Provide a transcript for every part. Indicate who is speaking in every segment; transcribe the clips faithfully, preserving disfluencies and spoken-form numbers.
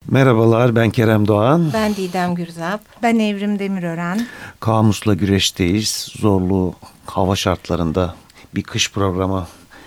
Speaker 1: Merhabalar, ben Kerem Doğan.
Speaker 2: Ben Didem Gürzap.
Speaker 3: Ben Evrim Demirören.
Speaker 1: Kamusla güreşteyiz. Zorlu hava şartlarında bir kış programı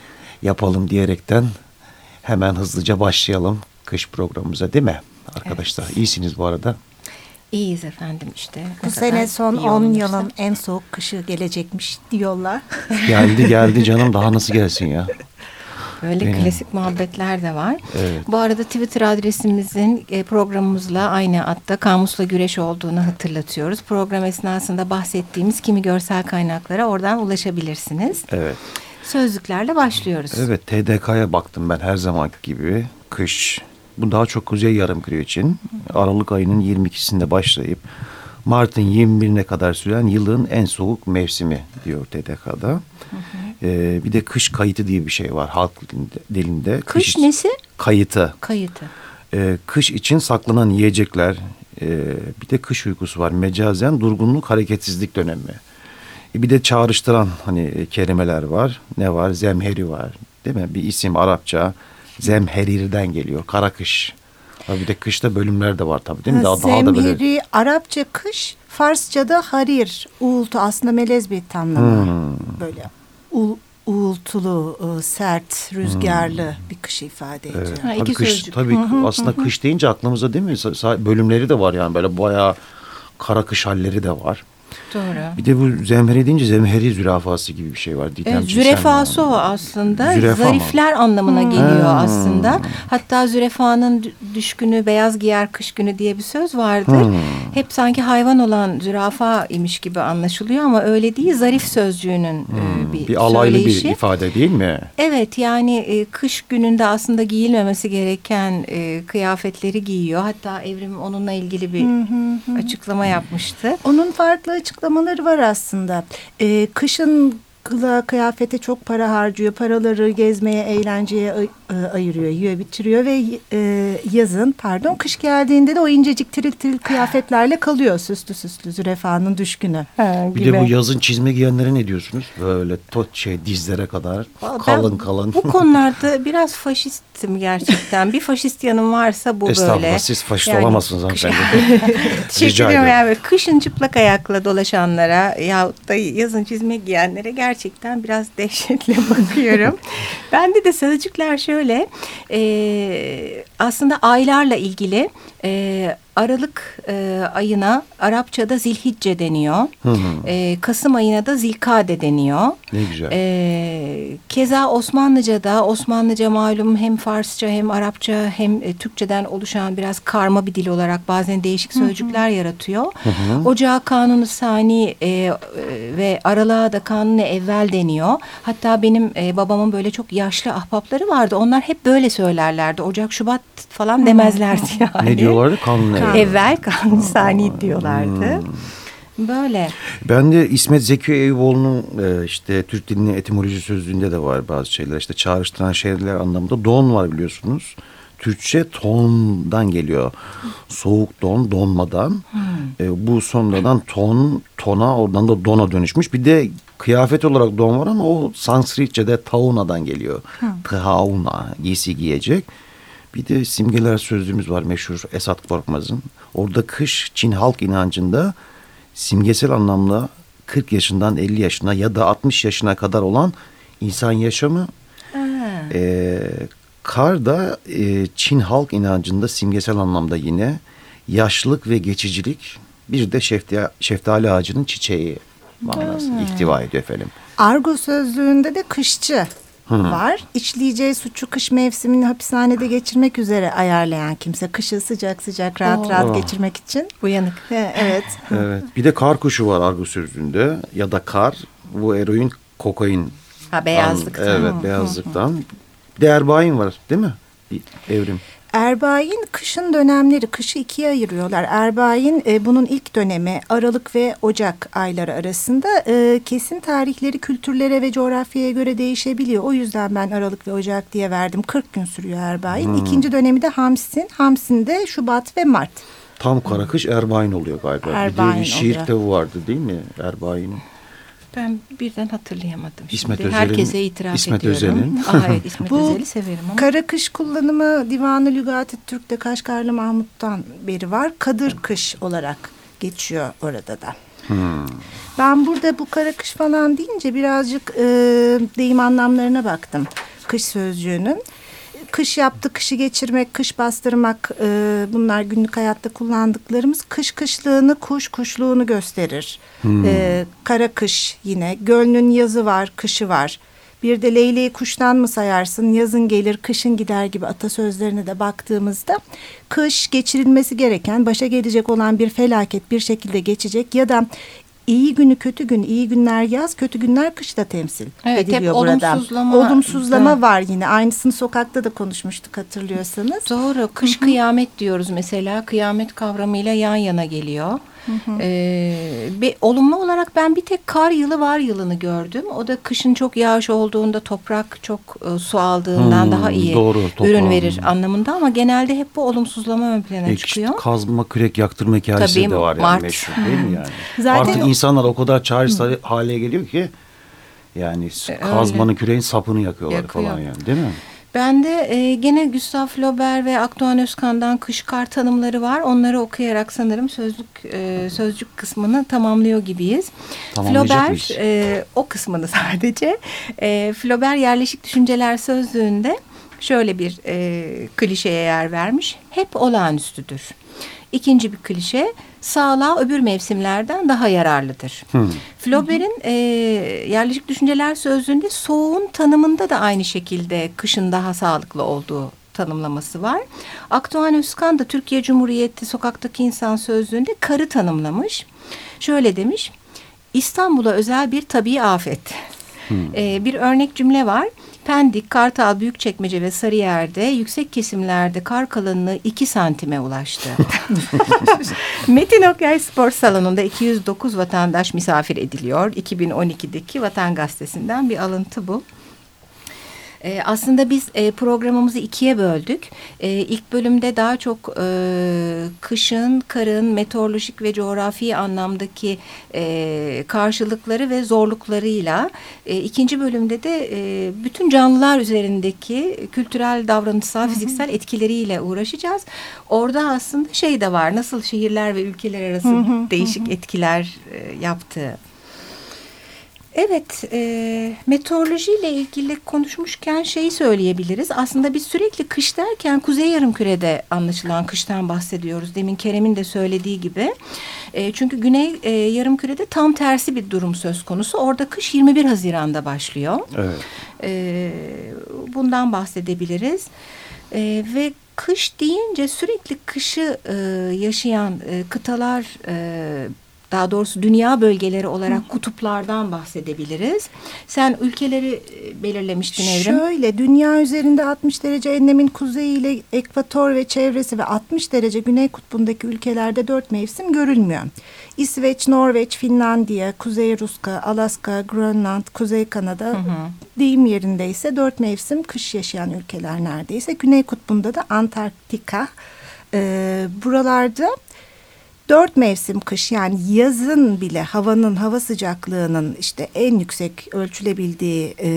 Speaker 1: yapalım diyerekten hemen hızlıca başlayalım kış programımıza, değil mi arkadaşlar? Evet. İyisiniz bu arada.
Speaker 2: İyiyiz efendim işte.
Speaker 3: Bu sene son on yılın en soğuk kışı gelecekmiş diyorlar.
Speaker 1: Geldi geldi canım, daha nasıl gelsin ya?
Speaker 2: Böyle Benim. klasik muhabbetler de var.
Speaker 1: Evet.
Speaker 2: Bu arada Twitter adresimizin programımızla aynı adda Kamusla Güreş olduğunu hatırlatıyoruz. Program esnasında bahsettiğimiz kimi görsel kaynaklara oradan ulaşabilirsiniz.
Speaker 1: Evet.
Speaker 2: Sözlüklerle başlıyoruz.
Speaker 1: Evet, T D K'ya baktım ben her zamanki gibi. Kış. Bu daha çok Kuzey Yarımküre için. Aralık ayının yirmi ikisinde başlayıp Mart'ın yirmi birine kadar süren yılın en soğuk mevsimi diyor T D K'da. Hı hı. Ee, bir de kış kayıtı diye bir şey var halk dilinde. dilinde.
Speaker 2: Kış,
Speaker 1: kış
Speaker 2: nesi?
Speaker 1: Kayıtı.
Speaker 2: Kayıtı.
Speaker 1: Ee, kış için saklanan yiyecekler. E, bir de kış uykusu var. Mecazen durgunluk, hareketsizlik dönemi. E, bir de çağrıştıran hani kelimeler var. Ne var? Zemheri var. Değil mi? Bir isim Arapça. Zemherir'den geliyor. Kara kış. Bir de kışta bölümler de var tabii, değil mi? Daha,
Speaker 3: Zemheri,
Speaker 1: daha da böyle...
Speaker 3: Arapça kış, Farsça'da harir, uğultu, aslında melez bir tamlama. Hmm. Böyle u, uğultulu, sert, rüzgarlı hmm. bir kışı ifade ediyor.
Speaker 1: Evet. Ha, iki kış, tabii aslında kış deyince aklımıza, değil mi? Bölümleri de var yani, böyle bayağı kara kış halleri de var.
Speaker 2: Doğru.
Speaker 1: Bir de bu zemheri deyince zemheri zürafası gibi bir şey var.
Speaker 2: E, zürefası o aslında. Zürefa zarifler mı? Anlamına hmm. geliyor hmm. aslında. Hatta zürefanın düşkünü beyaz giyer kış günü diye bir söz vardır. Hmm. Hep sanki hayvan olan zürafa imiş gibi anlaşılıyor ama öyle değil. Zarif sözcüğünün hmm. bir, bir
Speaker 1: alaylı
Speaker 2: söyleyişi.
Speaker 1: Bir ifade değil mi?
Speaker 2: Evet, yani e, kış gününde aslında giyilmemesi gereken e, kıyafetleri giyiyor. Hatta Evrim onunla ilgili bir hmm. açıklama yapmıştı.
Speaker 3: Onun farklı açıklamaları var aslında. Ee, kışın kılığa, kıyafete çok para harcıyor. Paraları gezmeye, eğlenceye ay- ayırıyor, yiyor, bitiriyor ve e, yazın, pardon, kış geldiğinde de o incecik tiril tiril kıyafetlerle kalıyor. Süslü süslü zürefanın düşkünü.
Speaker 1: Ha, bir de bu yazın çizme giyenlere ne diyorsunuz? Böyle tot şey dizlere kadar ben kalın kalın.
Speaker 2: Bu konularda biraz faşistim gerçekten. Bir faşist yanım varsa bu
Speaker 1: Estağfurullah,
Speaker 2: böyle.
Speaker 1: Estağfurullah, siz faşist yani, olamazsınız hanımefendi.
Speaker 2: Teşekkür ederim. Yani kışın çıplak ayakla dolaşanlara yahut da yazın çizme giyenlere gerçekten biraz dehşetle bakıyorum. Bende de sözcükler şöyle, e, aslında aylarla ilgili e, Aralık e, ayına Arapçada Zilhicce deniyor. Hı hı. E, Kasım ayına da Zilkade deniyor.
Speaker 1: Ne güzel.
Speaker 2: E, keza Osmanlıca'da, Osmanlıca malum hem Farsça hem Arapça hem e, Türkçeden oluşan biraz karma bir dil olarak bazen değişik sözcükler hı hı. yaratıyor. Hı hı. Ocağa Kanunu Sani e, e, ve Aralığa da Kanunu Evvel deniyor. Hatta benim e, babamın böyle çok yaşlı ahbapları vardı. Onlar hep böyle söylerlerdi. Ocak, Şubat falan demezlerdi yani.
Speaker 1: Ne diyorlardı? Kanunu
Speaker 2: Evvel. Evvel Kanunu Sani diyorlardı. Hmm. Böyle.
Speaker 1: Ben de İsmet Zeki Eyüboğlu'nun e, işte Türk dilinin etimoloji sözlüğünde de var bazı şeyler. İşte çağrıştıran şeyler anlamında don var, biliyorsunuz. Türkçe tondan geliyor. Soğuk don, donmadan. Hmm. E, bu sonradan ton, tona, oradan da dona dönüşmüş. Bir de kıyafet olarak don var ama o Sanskritçe'de tauna'dan geliyor. Hmm. Tauna, giysi giyecek. Bir de simgeler sözlüğümüz var meşhur Esat Korkmaz'ın. Orada kış Çin halk inancında simgesel anlamda kırk yaşından elli yaşına ya da altmış yaşına kadar olan insan yaşamı. E, kar da e, Çin halk inancında simgesel anlamda yine yaşlılık ve geçicilik, bir de şeftali, şeftali ağacının çiçeği manasını ihtiva ediyor efendim.
Speaker 3: Argo sözlüğünde de kışçı Hı. var. İşleyeceği suçu kış mevsimini hapishanede geçirmek üzere ayarlayan kimse. Kışı sıcak sıcak rahat Oo. rahat geçirmek için.
Speaker 2: Uyanık.
Speaker 3: Evet.
Speaker 1: Evet. Bir de kar kuşu var argo sözlüğünde ya da kar. Bu eroin, kokain.
Speaker 2: Ha, beyazlıktan.
Speaker 1: An, evet, beyazlıktan. Hı. Bir de erbain var, değil mi? Evrim.
Speaker 3: Erbain kışın dönemleri, kışı ikiye ayırıyorlar. Erbain e, bunun ilk dönemi Aralık ve Ocak ayları arasında. E, kesin tarihleri kültürlere ve coğrafyaya göre değişebiliyor. O yüzden ben Aralık ve Ocak diye verdim. kırk gün sürüyor Erbain. Hmm. İkinci dönemi de Hamsin. Hamsin de Şubat ve Mart.
Speaker 1: Tam kara kış Erbain oluyor galiba.
Speaker 3: Erbain
Speaker 1: bir de bir şiir
Speaker 3: oluyor.
Speaker 1: kitabı vardı değil mi Erbain'in?
Speaker 2: Ben birden hatırlayamadım.
Speaker 1: İsmet
Speaker 2: Şimdi.
Speaker 1: Özel'in,
Speaker 2: Herkese itiraf
Speaker 1: İsmet
Speaker 2: ediyorum.
Speaker 1: Özel'in.
Speaker 2: Aa, evet, İsmet
Speaker 3: Bu
Speaker 2: Özel'i severim ama.
Speaker 3: Kara kış kullanımı Divan-ı Lügat-ı Türk'te Kaşgarlı Mahmut'tan beri var. Kadır kış olarak geçiyor orada da.
Speaker 1: Hmm.
Speaker 3: Ben burada bu kara kış falan deyince birazcık e, deyim anlamlarına baktım. Kış sözcüğünün. Kış yaptı, kışı geçirmek, kış bastırmak, e, bunlar günlük hayatta kullandıklarımız. Kış kışlığını, kuş kuşluğunu gösterir.
Speaker 1: Hmm.
Speaker 3: E, kara kış yine. Gönlün yazı var, kışı var. Bir de leyleği kuştan mı sayarsın, yazın gelir, kışın gider gibi atasözlerine de baktığımızda kış geçirilmesi gereken, başa gelecek olan bir felaket bir şekilde geçecek ya da iyi günü kötü gün, iyi günler yaz, kötü günler kışta temsil
Speaker 2: Evet,
Speaker 3: ediliyor
Speaker 2: hep
Speaker 3: burada.
Speaker 2: olumsuzlama,
Speaker 3: Olumsuzlama
Speaker 2: da
Speaker 3: var yine. Aynısını sokakta da konuşmuştuk hatırlıyorsanız.
Speaker 2: Doğru. Kış kıyamet diyoruz mesela. Kıyamet kavramıyla yan yana geliyor.
Speaker 3: Hı hı.
Speaker 2: Ee, bir, olumlu olarak ben bir tek kar yılı var yılını gördüm. O da kışın çok yağış olduğunda toprak çok e, su aldığından
Speaker 1: Hmm,
Speaker 2: daha iyi
Speaker 1: doğru,
Speaker 2: ürün
Speaker 1: toprağın.
Speaker 2: verir anlamında. Ama genelde hep bu olumsuzlama ön plana
Speaker 1: E,
Speaker 2: çıkıyor.
Speaker 1: işte kazma, kürek yaktırma hikayesi
Speaker 2: Tabii,
Speaker 1: de var yani
Speaker 2: Mart.
Speaker 1: meşhur değil mi yani?
Speaker 3: Zaten
Speaker 1: Artık
Speaker 3: o-
Speaker 1: insanlar o kadar çaresiz hale geliyor ki yani
Speaker 2: E,
Speaker 1: kazmanın küreğin sapını yakıyorlar
Speaker 2: Yakıyor.
Speaker 1: falan yani değil mi?
Speaker 2: Ben de e, gene Gustav Flaubert ve Akdoğan Özkan'dan kış kar tanımları var. Onları okuyarak sanırım sözlük e, sözcük kısmını tamamlıyor gibiyiz.
Speaker 1: Tamamlayacak
Speaker 2: Flaubert
Speaker 1: mıyız?
Speaker 2: e, o kısmını sadece. E, Flaubert yerleşik düşünceler sözlüğünde şöyle bir e, klişeye yer vermiş. Hep olağanüstüdür. İkinci bir klişe, sağlığa öbür mevsimlerden daha yararlıdır.
Speaker 1: Hmm.
Speaker 2: Flaubert'in e, yerleşik düşünceler sözlüğünde soğuğun tanımında da aynı şekilde kışın daha sağlıklı olduğu tanımlaması var. Akdoğan Özkan da Türkiye Cumhuriyeti Sokaktaki İnsan sözlüğünde karı tanımlamış. Şöyle demiş, İstanbul'a özel bir tabii afet.
Speaker 1: Hmm.
Speaker 2: E, bir örnek cümle var. Pendik, Kartal, Büyükçekmece ve Sarıyer'de yüksek kesimlerde kar kalınlığı iki santime ulaştı. Metin Okyay Spor Salonu'nda iki yüz dokuz vatandaş misafir ediliyor. iki bin on ikideki Vatan Gazetesi'nden bir alıntı bu. Ee, aslında biz e, programımızı ikiye böldük. E, ilk bölümde daha çok e, kışın, karın, meteorolojik ve coğrafi anlamdaki e, karşılıkları ve zorluklarıyla, e, ikinci bölümde de e, bütün canlılar üzerindeki kültürel, davranışsal, fiziksel etkileriyle uğraşacağız. Orada aslında şey de var, nasıl şehirler ve ülkeler arası
Speaker 3: Hı hı,
Speaker 2: değişik
Speaker 3: hı.
Speaker 2: etkiler e, yaptığı. Evet, e, meteorolojiyle ilgili konuşmuşken şeyi söyleyebiliriz. Aslında biz sürekli kış derken Kuzey Yarımküre'de anlaşılan kıştan bahsediyoruz. Demin Kerem'in de söylediği gibi. E, çünkü Güney e, Yarımküre'de tam tersi bir durum söz konusu. Orada kış yirmi bir Haziran'da başlıyor.
Speaker 1: Evet.
Speaker 2: E, bundan bahsedebiliriz. E, ve kış deyince sürekli kışı e, yaşayan e, kıtalar... E, Daha doğrusu dünya bölgeleri olarak kutuplardan bahsedebiliriz. Sen ülkeleri belirlemiştin Evrim.
Speaker 3: Şöyle, dünya üzerinde altmış derece enlemin kuzeyi ile ekvator ve çevresi ve altmış derece güney kutbundaki ülkelerde dört mevsim görülmüyor. İsveç, Norveç, Finlandiya, Kuzey Ruska, Alaska, Grönland, Kuzey Kanada, hı hı. deyim yerinde ise dört mevsim kış yaşayan ülkeler neredeyse. Güney kutbunda da Antarktika. Ee, buralarda dört mevsim kış, yani yazın bile havanın, hava sıcaklığının işte en yüksek ölçülebildiği e,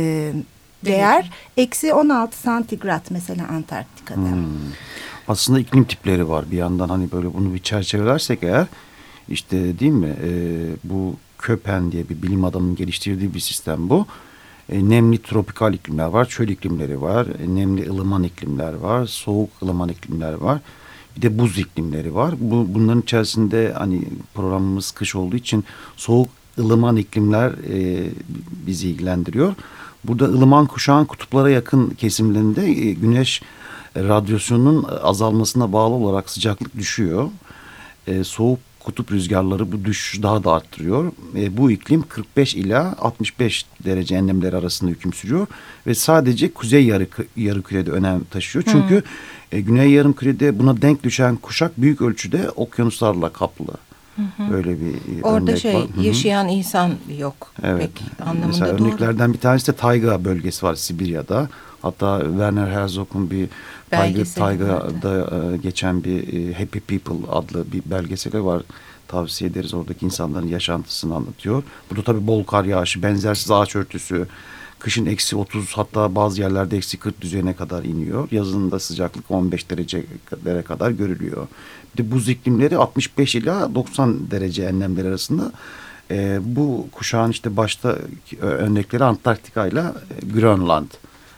Speaker 3: değer eksi on altı santigrat mesela Antarktika'da.
Speaker 1: Hmm. Aslında iklim tipleri var bir yandan, hani böyle bunu bir çerçevelersek eğer, işte değil mi, e, bu Köppen diye bir bilim adamının geliştirdiği bir sistem bu. E, nemli tropikal iklimler var, çöl iklimleri var, e, nemli ılıman iklimler var, soğuk ılıman iklimler var. Bir de buz iklimleri var. Bu, bunların içerisinde hani programımız kış olduğu için soğuk ılıman iklimler e, bizi ilgilendiriyor. Burada ılıman kuşağın kutuplara yakın kesimlerinde e, güneş radyasyonunun azalmasına bağlı olarak sıcaklık düşüyor. E, soğuk kutup rüzgarları bu düşüşü daha da arttırıyor. E, bu iklim kırk beş ila altmış beş derece enlemleri arasında hüküm sürüyor. Ve sadece kuzey yarı, yarımkürede önem taşıyor. Çünkü hmm. e, güney yarımkürede buna denk düşen kuşak büyük ölçüde okyanuslarla kaplı. Hı hı. Öyle bir
Speaker 2: orada
Speaker 1: örnek
Speaker 2: şey
Speaker 1: var.
Speaker 2: yaşayan insan yok.
Speaker 1: Evet.
Speaker 2: Pek anlamında
Speaker 1: mesela
Speaker 2: doğru.
Speaker 1: Örneklerden bir tanesi de tayga bölgesi var Sibirya'da. Hatta Werner Herzog'un bir Tayga'da e, geçen bir e, Happy People adlı bir belgeseli var. tavsiye ederiz. Oradaki insanların yaşantısını anlatıyor. Burada tabii bol kar yağışı, benzersiz ağaç örtüsü. Kışın eksi otuz, hatta bazı yerlerde eksi kırk düzeyine kadar iniyor. Yazın da sıcaklık on beş derecelere kadar görülüyor. Bir de buz iklimleri altmış beş ila doksan derece enlemler arasında. Ee, bu kuşağın işte başta örnekleri Antarktika ile Grönland.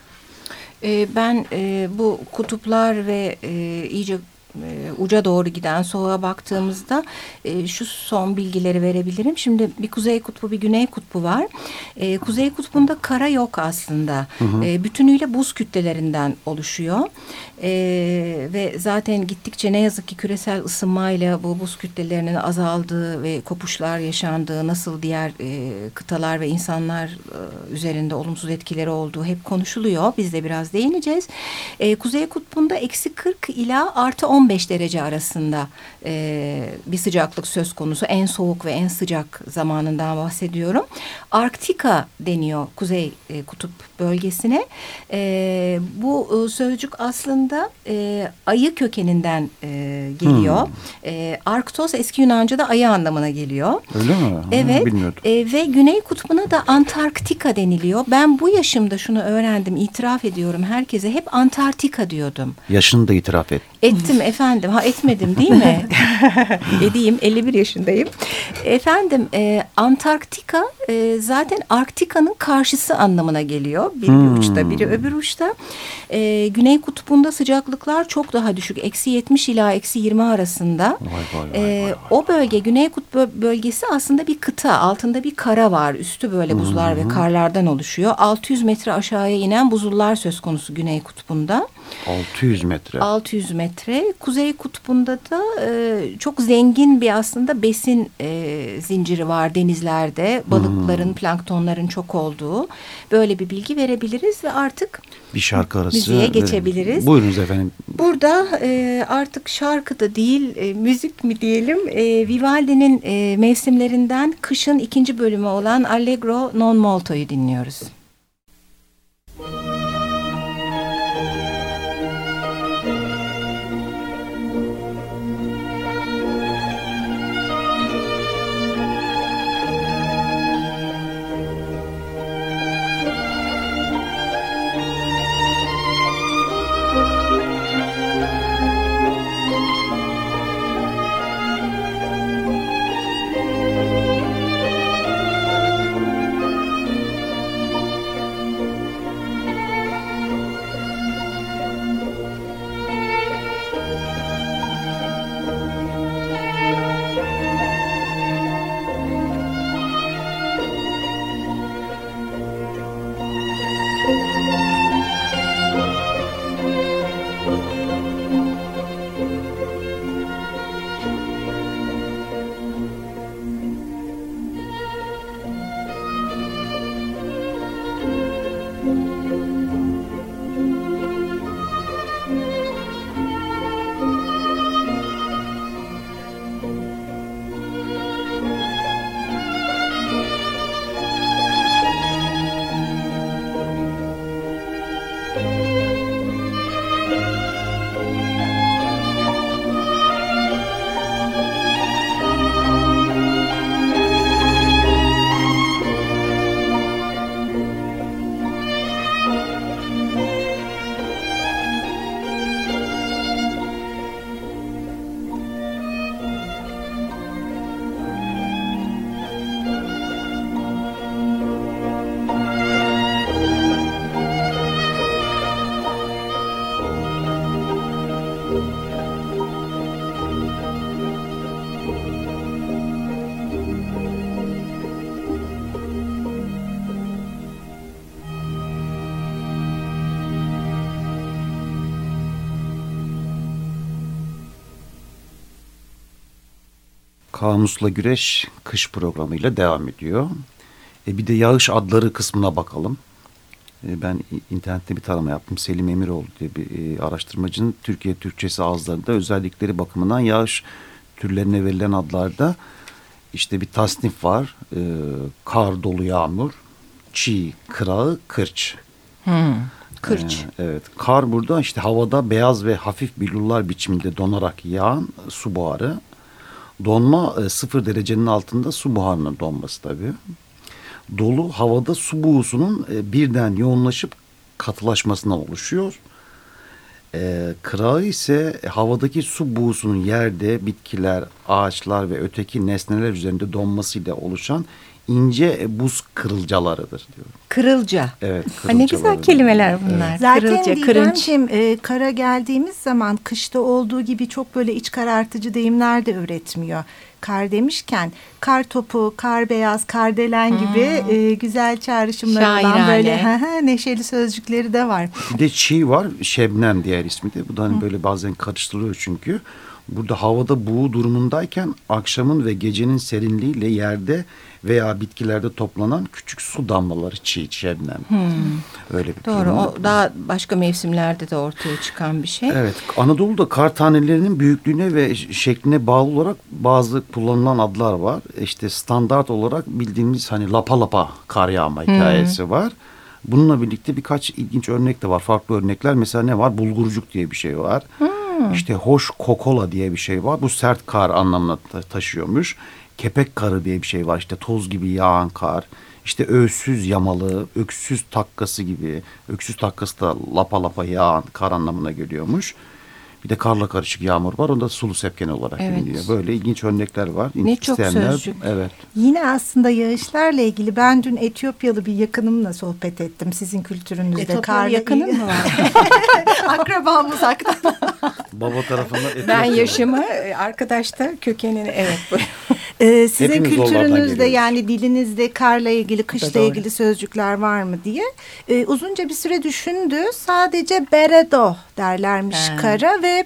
Speaker 2: Ee, ben e, bu kutuplar ve e, iyice e, uca doğru giden soğuğa baktığımızda e, şu son bilgileri verebilirim. Şimdi bir kuzey kutbu, bir güney kutbu var. E, kuzey kutbunda kara yok aslında. Hı hı. E, bütünüyle buz kütlelerinden oluşuyor. E, ve zaten gittikçe ne yazık ki küresel ısınmayla bu buz kütlelerinin azaldığı ve kopuşlar yaşandığı, nasıl diğer e, kıtalar ve insanlar e, üzerinde olumsuz etkileri olduğu hep konuşuluyor. Biz de biraz değineceğiz. E, kuzey kutbunda eksi kırk ila artı on beş derece arasında e, bir sıcaklık söz konusu. En soğuk ve en sıcak zamanından bahsediyorum. Arktika deniyor kuzey e, kutup bölgesine. E, bu e, sözcük aslında e, ayı kökeninden e, geliyor. Hmm. E, Arktos eski Yunanca'da ayı anlamına geliyor.
Speaker 1: Öyle mi?
Speaker 2: Evet.
Speaker 1: Bilmiyordum.
Speaker 2: E, ve güney kutbuna da Antarktika deniliyor. Ben bu yaşımda şunu öğrendim, itiraf ediyorum herkese. Hep Antarktika diyordum.
Speaker 1: Yaşını da itiraf et.
Speaker 2: Ettim efendim. Ha etmedim değil mi? Edeyim. elli bir yaşındayım. Efendim e, Antarktika e, zaten Arktika'nın karşısı anlamına geliyor. Biri hmm. bir uçta, biri öbür uçta. E, Güney kutbunda sıcaklıklar çok daha düşük. Eksi yetmiş ila eksi yirmi arasında.
Speaker 1: Vay, vay, vay, vay, vay.
Speaker 2: E, o bölge, Güney Kutbu bölgesi aslında bir kıta. Altında bir kara var. Üstü böyle buzlar hmm. ve karlardan oluşuyor. altı yüz metre aşağıya inen buzullar söz konusu Güney Kutbu'nda.
Speaker 1: altı yüz metre.
Speaker 2: altı yüz metre. Kuzey Kutbu'nda da e, çok zengin bir aslında besin e, zinciri var denizlerde. Balıkların, hmm. planktonların çok olduğu. Böyle bir bilgi verebiliriz ve artık
Speaker 1: bir şarkı arası
Speaker 2: müziğe geçebiliriz.
Speaker 1: Buyurunuz efendim.
Speaker 2: Burada e, artık şarkı da değil, e, müzik mi diyelim, e, Vivaldi'nin e, mevsimlerinden kışın ikinci bölümü olan Allegro non molto'yu dinliyoruz.
Speaker 1: Kamusla Güreş kış programıyla devam ediyor. E bir de yağış adları kısmına bakalım. E ben internette bir tarama yaptım. Selim Emiroğlu diye bir e, araştırmacının Türkiye Türkçesi ağızlarında özellikleri bakımından yağış türlerine verilen adlarda işte bir tasnif var. E, kar, dolu, yağmur, çiğ, kırağı, kırç.
Speaker 2: Hmm, kırç.
Speaker 1: E, evet. Kar burada işte havada beyaz ve hafif billurlar biçiminde donarak yağan su buharı. Donma e, sıfır derecenin altında su buharının donması tabii. Dolu havada su buğusunun e, birden yoğunlaşıp katılaşmasından oluşuyor. E, kırağı ise havadaki su buğusunun yerde bitkiler, ağaçlar ve öteki nesneler üzerinde donmasıyla oluşan ince buz kırılcalarıdır diyor.
Speaker 2: Kırılca.
Speaker 1: Evet.
Speaker 2: Ha, ne güzel kelimeler bunlar.
Speaker 1: Evet.
Speaker 3: Zaten
Speaker 2: Kırılca, kırınç.
Speaker 3: Didemciğim e, kara geldiğimiz zaman kışta olduğu gibi çok böyle iç karartıcı deyimler de üretmiyor. Kar demişken kar topu, kar beyaz, kardelen gibi hmm. e, güzel çağrışımları olan böyle neşeli sözcükleri de var.
Speaker 1: Bir de çiğ var, şebnem diğer ismi de. Bu da hani hmm. böyle bazen karıştırılıyor çünkü. Burada havada buğu durumundayken akşamın ve gecenin serinliğiyle yerde veya bitkilerde toplanan küçük su damlaları çiğ, şebnem. Hmm. Öyle bir
Speaker 2: Doğru.
Speaker 1: durum.
Speaker 2: O daha başka mevsimlerde de ortaya çıkan bir şey.
Speaker 1: Evet. Anadolu'da kar tanelerinin büyüklüğüne ve şekline bağlı olarak bazı kullanılan adlar var. İşte standart olarak bildiğimiz hani lapa lapa kar yağma hikayesi hmm. var. Bununla birlikte birkaç ilginç örnek de var. Farklı örnekler. Mesela ne var? Bulgurcuk diye bir şey var. Hmm. İşte hoş kokola diye bir şey var. Bu sert kar anlamına ta- taşıyormuş. Kepek karı diye bir şey var. İşte toz gibi yağan kar. İşte öksüz yamalı, öksüz takkası gibi. Öksüz takkası da lapa lapa yağan kar anlamına geliyormuş. Bir de karla karışık yağmur var. O da sulu sepken olarak evet. biliniyor. Böyle ilginç örnekler var.
Speaker 2: Ne çok sözcük.
Speaker 1: Evet.
Speaker 3: Yine aslında yağışlarla ilgili ben dün Etiyopyalı bir yakınımla sohbet ettim. Sizin kültürünüzde.
Speaker 2: Etiyopyalı yakının mı var?
Speaker 3: Akrabam uzakta.
Speaker 1: Baba tarafından Etiyopyalı.
Speaker 2: Ben yaşımı, arkadaş da kökenini evet.
Speaker 3: Ee, sizin Hepimiz kültürünüzde yani dilinizde karla ilgili, kışla ilgili sözcükler var mı diye. Ee, uzunca bir süre düşündü. Sadece beredo derlermiş He. kara ve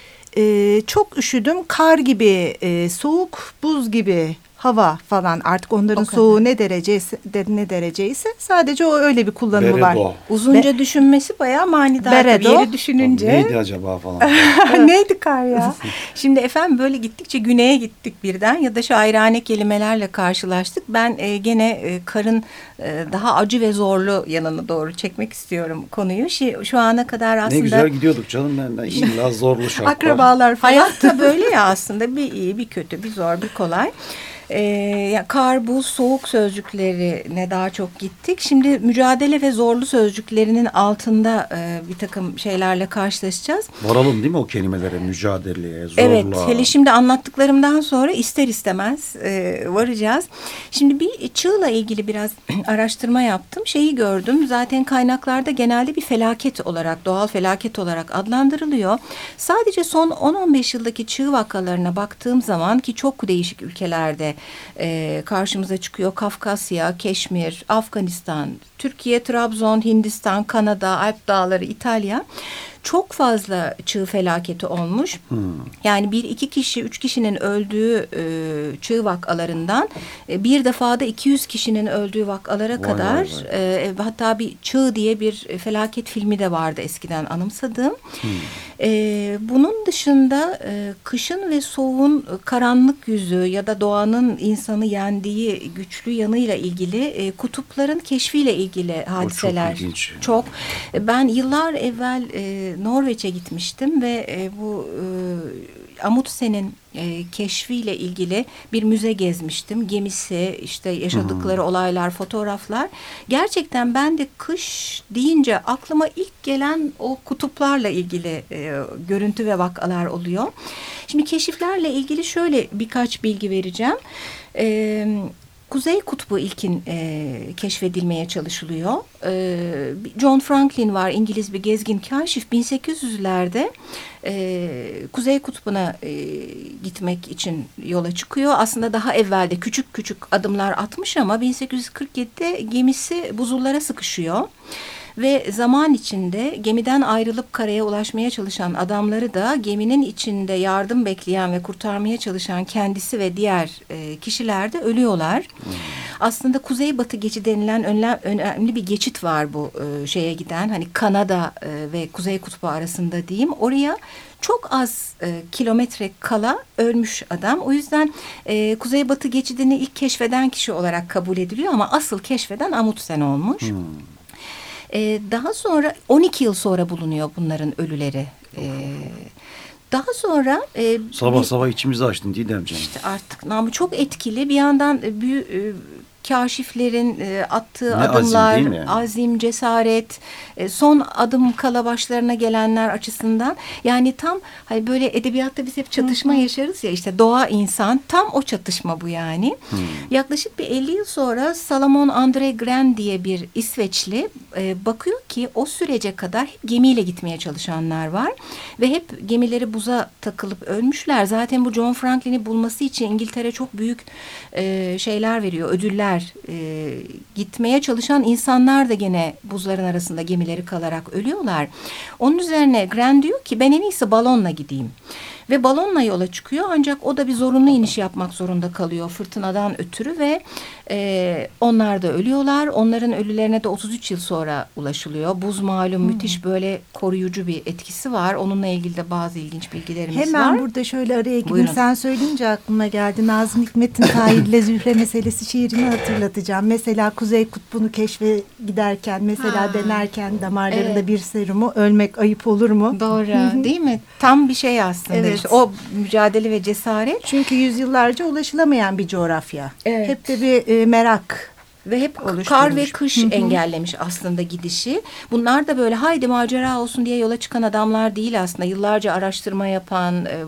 Speaker 3: e, çok üşüdüm. Kar gibi, e, soğuk, buz gibi hava falan artık onların soğuğu ne dereceyse de, ne dereceyse sadece o öyle bir kullanımı
Speaker 1: Beredo.
Speaker 3: var.
Speaker 2: Uzunca Be- düşünmesi bayağı manidar. Beredo. Yeri düşününce.
Speaker 1: Neydi acaba falan.
Speaker 2: Neydi kar ya? Şimdi efendim böyle gittikçe güneye gittik birden ya da şairane kelimelerle karşılaştık. Ben e, gene e, karın e, daha acı ve zorlu yanına doğru çekmek istiyorum konuyu. Şu, şu ana kadar aslında.
Speaker 1: Ne güzel gidiyorduk canım ben. ben illa zorlu şart var.
Speaker 3: Akrabalar falan.
Speaker 2: Hayatta böyle ya aslında bir iyi, bir kötü, bir zor, bir kolay. Ee, yani kar, buz, soğuk sözcüklerine daha çok gittik. Şimdi mücadele ve zorlu sözcüklerinin altında e, bir takım şeylerle karşılaşacağız.
Speaker 1: Varalım değil mi o kelimelere? Mücadeleye, zorluğa.
Speaker 2: Evet, hele şimdi anlattıklarımdan sonra ister istemez e, varacağız. Şimdi bir çığla ilgili biraz araştırma yaptım. Şeyi gördüm. Zaten kaynaklarda genelde bir felaket olarak, doğal felaket olarak adlandırılıyor. Sadece son on on beş yıldaki çığ vakalarına baktığım zaman ki çok değişik ülkelerde e, karşımıza çıkıyor. Kafkasya, Keşmir, Afganistan, Türkiye, Trabzon, Hindistan, Kanada, Alp Dağları, İtalya. Çok fazla çığ felaketi olmuş. Hmm. Yani bir iki kişi, üç kişinin öldüğü e, çığ vakalarından e, bir defada iki yüz kişinin öldüğü vakalara vay kadar vay vay. E, hatta bir Çığ diye bir felaket filmi de vardı eskiden anımsadığım. Hmm. E, bunun dışında e, kışın ve soğuğun karanlık yüzü ya da doğanın insanı yendiği güçlü yanıyla ilgili e, kutupların keşfiyle ilgili hadiseler.
Speaker 1: O çok ilginç.
Speaker 2: Çok. Ben yıllar evvel e, Norveç'e gitmiştim ve e, bu e, Amundsen'in e, keşfiyle ilgili bir müze gezmiştim. Gemisi, işte yaşadıkları hmm. olaylar, fotoğraflar. Gerçekten ben de kış deyince aklıma ilk gelen o kutuplarla ilgili e, görüntü ve vakalar oluyor. Şimdi keşiflerle ilgili şöyle birkaç bilgi vereceğim. Evet. Kuzey Kutbu ilkin e, keşfedilmeye çalışılıyor. E, John Franklin var, İngiliz bir gezgin kaşif. bin sekiz yüzlerde e, Kuzey Kutbu'na e, gitmek için yola çıkıyor. Aslında daha evvelde küçük küçük adımlar atmış ama bin sekiz yüz kırk yedide gemisi buzullara sıkışıyor. Ve zaman içinde gemiden ayrılıp karaya ulaşmaya çalışan adamları da geminin içinde yardım bekleyen ve kurtarmaya çalışan kendisi ve diğer e, kişiler de ölüyorlar. Hmm. Aslında Kuzeybatı geçidi denilen önlem, önemli bir geçit var bu e, şeye giden. Hani Kanada e, ve Kuzey Kutbu arasında diyeyim. Oraya çok az e, kilometre kala ölmüş adam. O yüzden e, Kuzeybatı geçidini ilk keşfeden kişi olarak kabul ediliyor ama asıl keşfeden Amundsen olmuş. Hmm. Ee, daha sonra on iki yıl sonra bulunuyor bunların ölüleri. Ee, Daha sonra e,
Speaker 1: sabah
Speaker 2: bir,
Speaker 1: sabah içimizi açtın Didemciğim.
Speaker 2: İşte artık ama çok etkili. Bir yandan e, büyük e, kaşiflerin e, attığı
Speaker 1: ne
Speaker 2: adımlar,
Speaker 1: azim, değil mi?
Speaker 2: azim, cesaret, e, son adım kala başlarına gelenler açısından, yani tam hani böyle edebiyatta biz hep çatışma Hı-hı. yaşarız ya, işte doğa insan, tam o çatışma bu yani. Hı. Yaklaşık bir elli yıl sonra Salomon Andre Gren diye bir İsveçli e, bakıyor ki o sürece kadar hep gemiyle gitmeye çalışanlar var ve hep gemileri buza takılıp ölmüşler. Zaten bu John Franklin'i bulması için İngiltere çok büyük e, şeyler veriyor, ödüller. E, gitmeye çalışan insanlar da gene buzların arasında gemileri kalarak ölüyorlar. Onun üzerine Grant diyor ki ben en iyisi balonla gideyim. Ve balonla yola çıkıyor, ancak o da bir zorunlu iniş yapmak zorunda kalıyor fırtınadan ötürü ve e, onlar da ölüyorlar. Onların ölülerine de otuz üç yıl sonra ulaşılıyor. Buz malum hmm. müthiş böyle koruyucu bir etkisi var. Onunla ilgili de bazı ilginç bilgilerimiz
Speaker 3: Hemen
Speaker 2: var.
Speaker 3: Hemen burada şöyle araya gireyim.
Speaker 2: Buyurun.
Speaker 3: Sen söyleyince aklıma geldi. Nazım Hikmet'in Tahir'le Zühre meselesi şiirini hatırlatacağım. Mesela Kuzey Kutbu'nu keşfe giderken, mesela ha. denerken damarlarında evet. bir serumu, ölmek ayıp olur mu?
Speaker 2: Doğru değil mi? Tam bir şey aslında. Evet. İşte o mücadele ve cesaret.
Speaker 3: Çünkü yüzyıllarca ulaşılamayan bir coğrafya. Evet. Hep de bir e, merak.
Speaker 2: Ve hep kar ve kış Hı-hı. engellemiş aslında gidişi. Bunlar da böyle haydi macera olsun diye yola çıkan adamlar değil aslında. Yıllarca araştırma yapan, e,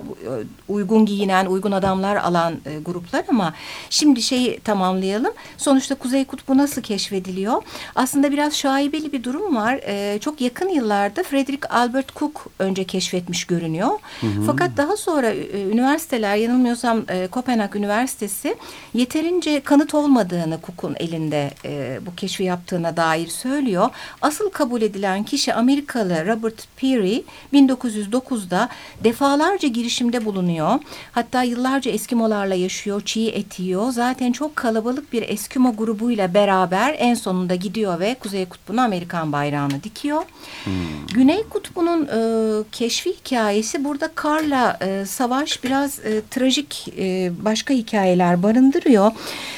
Speaker 2: uygun giyinen, uygun adamlar alan e, gruplar ama şimdi şeyi tamamlayalım. Sonuçta Kuzey Kutbu nasıl keşfediliyor? Aslında biraz şaibeli bir durum var. E, çok yakın yıllarda Frederick Albert Cook önce keşfetmiş görünüyor. Hı-hı. Fakat daha sonra e, üniversiteler, yanılmıyorsam e, Kopenhag Üniversitesi yeterince kanıt olmadığını Cook'un elinde e, bu keşfi yaptığına dair söylüyor. Asıl kabul edilen kişi Amerikalı Robert Peary bin dokuz yüz dokuzda defalarca girişimde bulunuyor. Hatta yıllarca Eskimolarla yaşıyor, çiğ et yiyor. Zaten çok kalabalık bir Eskimo grubuyla beraber en sonunda gidiyor ve Kuzey Kutbu'na Amerikan bayrağını dikiyor. Hmm. Güney Kutbu'nun e, keşfi hikayesi burada karla e, savaş biraz e, trajik e, başka hikayeler barındırıyor.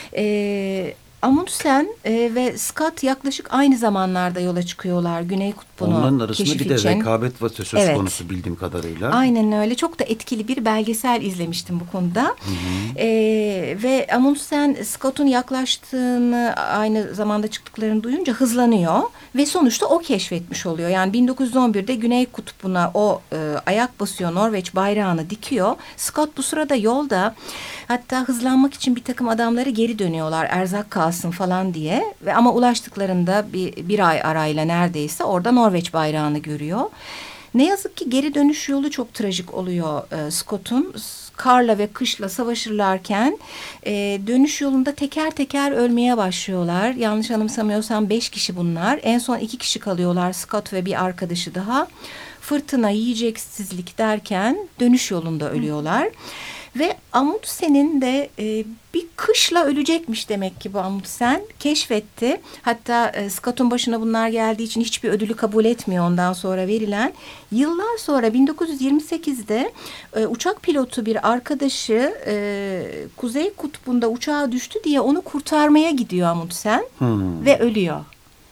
Speaker 2: E, Amundsen e, ve Scott yaklaşık aynı zamanlarda yola çıkıyorlar Güney Kutbu'nu
Speaker 1: Onların arasında
Speaker 2: keşif
Speaker 1: bir de
Speaker 2: için.
Speaker 1: rekabet var söz
Speaker 2: evet.
Speaker 1: konusu bildiğim kadarıyla.
Speaker 2: Aynen öyle. Çok da etkili bir belgesel izlemiştim bu konuda. E, ve Amundsen Scott'un yaklaştığını, aynı zamanda çıktıklarını duyunca hızlanıyor ve sonuçta o keşfetmiş oluyor. Yani bin dokuz yüz on birde Güney Kutbu'na o e, ayak basıyor, Norveç bayrağını dikiyor. Scott bu sırada yolda, hatta hızlanmak için bir takım adamları geri dönüyorlar, erzak kalsın falan diye. Ve ama ulaştıklarında bir, bir ay arayla neredeyse orada Norveç bayrağını görüyor. Ne yazık ki geri dönüş yolu çok trajik oluyor e, Scott'un. Karla ve kışla savaşırlarken e, dönüş yolunda teker teker ölmeye başlıyorlar. Yanlış anımsamıyorsam beş kişi bunlar. En son iki kişi kalıyorlar, Scott ve bir arkadaşı daha. Fırtına, yiyeceksizlik derken dönüş yolunda ölüyorlar. Hı. Ve Amundsen'in de e, bir kışla ölecekmiş demek ki bu Amundsen keşfetti. Hatta e, Scott'un başına bunlar geldiği için hiçbir ödülü kabul etmiyor ondan sonra verilen. Yıllar sonra bin dokuz yüz yirmi sekizde e, uçak pilotu bir arkadaşı e, Kuzey Kutbu'nda uçağa düştü diye onu kurtarmaya gidiyor Amundsen hmm. ve ölüyor.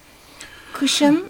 Speaker 2: Kışın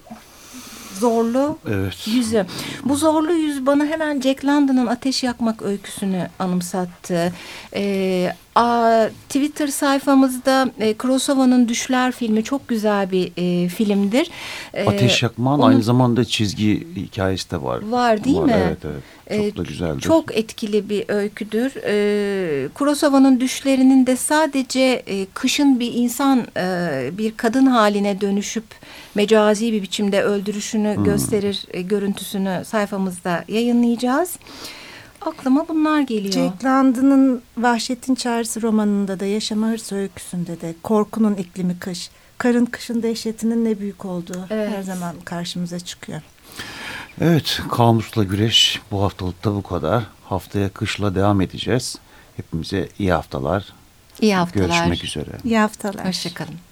Speaker 2: zorlu evet. yüzü. Bu zorlu yüz bana hemen Jack London'ın Ateş Yakmak öyküsünü anımsattı. Ee, a, Twitter sayfamızda e, Kurosawa'nın Düşler filmi çok güzel bir e, filmdir.
Speaker 1: Ee, Ateş Yakmak'ın onun, aynı zamanda çizgi hikayesi de var.
Speaker 2: Var değil
Speaker 1: var,
Speaker 2: mi?
Speaker 1: Evet evet. Çok da güzeldir.
Speaker 2: Çok etkili bir öyküdür. Ee, Kurosawa'nın düşlerinin de sadece e, kışın bir insan e, bir kadın haline dönüşüp mecazi bir biçimde öldürüşünü hmm. gösterir e, görüntüsünü sayfamızda yayınlayacağız. Aklıma bunlar geliyor.
Speaker 3: Jack London'ın Vahşetin Çağrısı romanında da, Yaşama Hırs öyküsünde de korkunun iklimi kış, karın kışın dehşetinin ne büyük olduğu evet. her zaman karşımıza çıkıyor.
Speaker 1: Evet, Kamus'la Güreş bu haftalıkta bu kadar. Haftaya kışla devam edeceğiz. Hepimize iyi haftalar.
Speaker 2: İyi haftalar.
Speaker 1: Görüşmek üzere.
Speaker 3: İyi haftalar.
Speaker 2: Hoşçakalın.